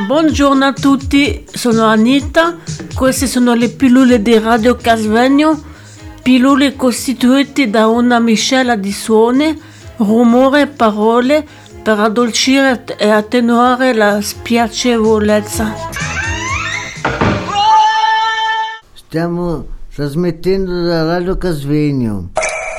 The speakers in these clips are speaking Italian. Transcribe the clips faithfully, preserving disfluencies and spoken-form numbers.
Buongiorno a tutti, sono Anita, queste sono le pillole di Radio Casvegno, pillole costituite da una miscela di suoni, rumore e parole per addolcire e attenuare la spiacevolezza. Stiamo trasmettendo da Radio Casvegno.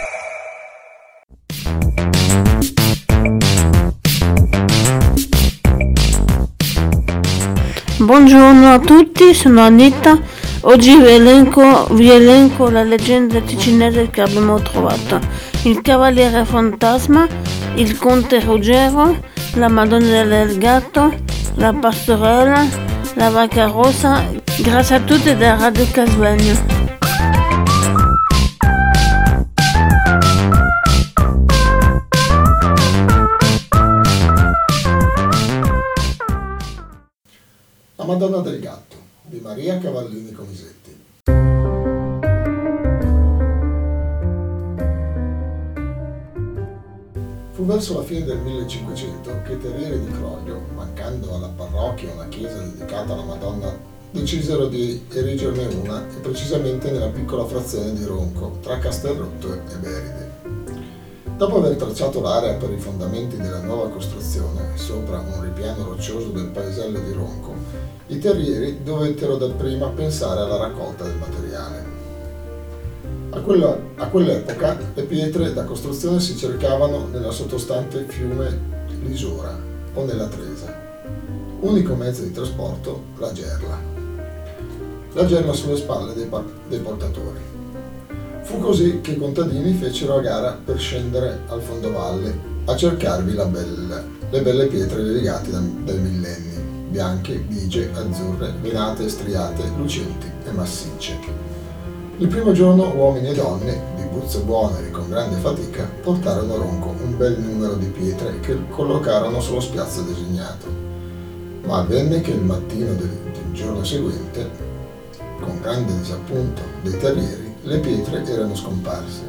Buongiorno a tutti, sono Anita. Oggi vi elenco, vi elenco la leggenda ticinese che abbiamo trovato. Il Cavaliere Fantasma, il Conte Ruggero, la Madonna del Gatto, la Pastorella, la Vacca Rossa. Grazie a tutti da Radio Casvegno. La Madonna del Gatto di Maria Cavallini Comisetti. Fu verso la fine del millecinquecento che i terrieri di Croglio, mancando alla parrocchia una chiesa dedicata alla Madonna, decisero di erigerne una, e precisamente nella piccola frazione di Ronco, tra Castelrotto e Beride. Dopo aver tracciato l'area per i fondamenti della nuova costruzione, sopra un ripiano roccioso del paesello di Ronco, i terrieri dovettero dapprima pensare alla raccolta del materiale. A, quella, a quell'epoca le pietre da costruzione si cercavano nella sottostante fiume Lisora o nella Tresa. Unico mezzo di trasporto, la gerla. La gerla sulle spalle dei, dei portatori. Fu così che i contadini fecero a gara per scendere al fondovalle a cercarvi la bella, le belle pietre levigate dai, dai millenni, bianche, bigie, azzurre, venate, striate, lucenti e massicce. Il primo giorno uomini e donne, di buzze buone e con grande fatica, portarono a Ronco un bel numero di pietre che collocarono sullo spiazzo designato. Ma avvenne che il mattino del, del giorno seguente, con grande disappunto dei terrieri, le pietre erano scomparse.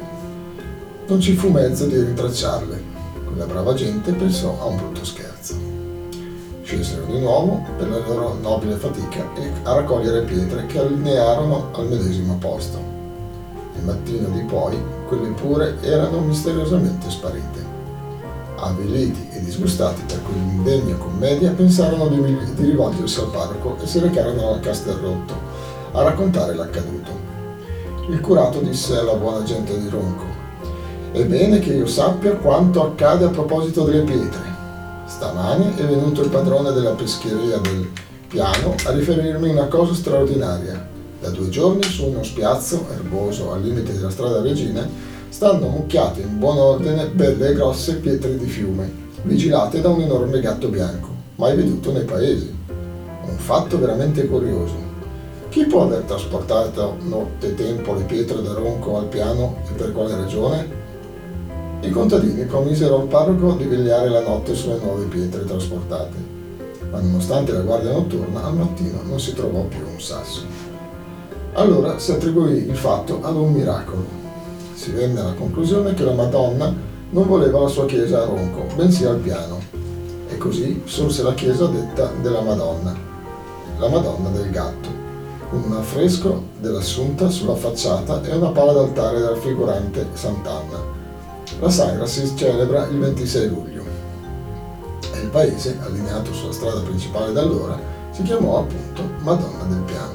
Non ci fu mezzo di rintracciarle. Quella brava gente pensò a un brutto scherzo. Scesero di nuovo per la loro nobile fatica e a raccogliere pietre che allinearono al medesimo posto. Il mattino di poi, quelle pure erano misteriosamente sparite. Avviliti e disgustati per quell'indegna commedia, pensarono di, di rivolgersi al parroco e si recarono al Castelrotto a raccontare l'accaduto. Il curato disse alla buona gente di Ronco: «È bene che io sappia quanto accade a proposito delle pietre. Stamani è venuto il padrone della pescheria del piano a riferirmi una cosa straordinaria. Da due giorni su uno spiazzo erboso al limite della strada Regina stanno mucchiate in buon ordine belle e grosse pietre di fiume, vigilate da un enorme gatto bianco, mai veduto nei paesi. Un fatto veramente curioso. Chi può aver trasportato nottetempo le pietre da Ronco al piano e per quale ragione?» I contadini promisero al parroco di vegliare la notte sulle nuove pietre trasportate, ma nonostante la guardia notturna, al mattino non si trovò più un sasso. Allora si attribuì il fatto ad un miracolo. Si venne alla conclusione che la Madonna non voleva la sua chiesa a Ronco, bensì al piano, e così sorse la chiesa detta della Madonna, la Madonna del Gatto, con un affresco dell'Assunta sulla facciata e una pala d'altare raffigurante Sant'Anna. La sagra si celebra il ventisei luglio e il paese, allineato sulla strada principale da allora, si chiamò appunto Madonna del Piano.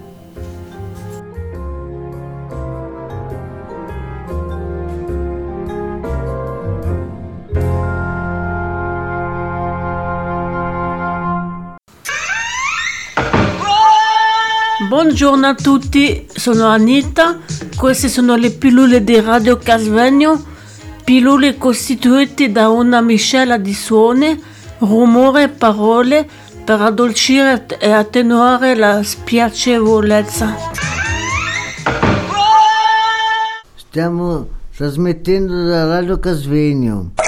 Buongiorno a tutti, sono Anita, queste sono le pillole di Radio Casvegno, pillole costituite da una miscela di suoni, rumore e parole per addolcire e attenuare la spiacevolezza. Stiamo trasmettendo da Radio Casvegno.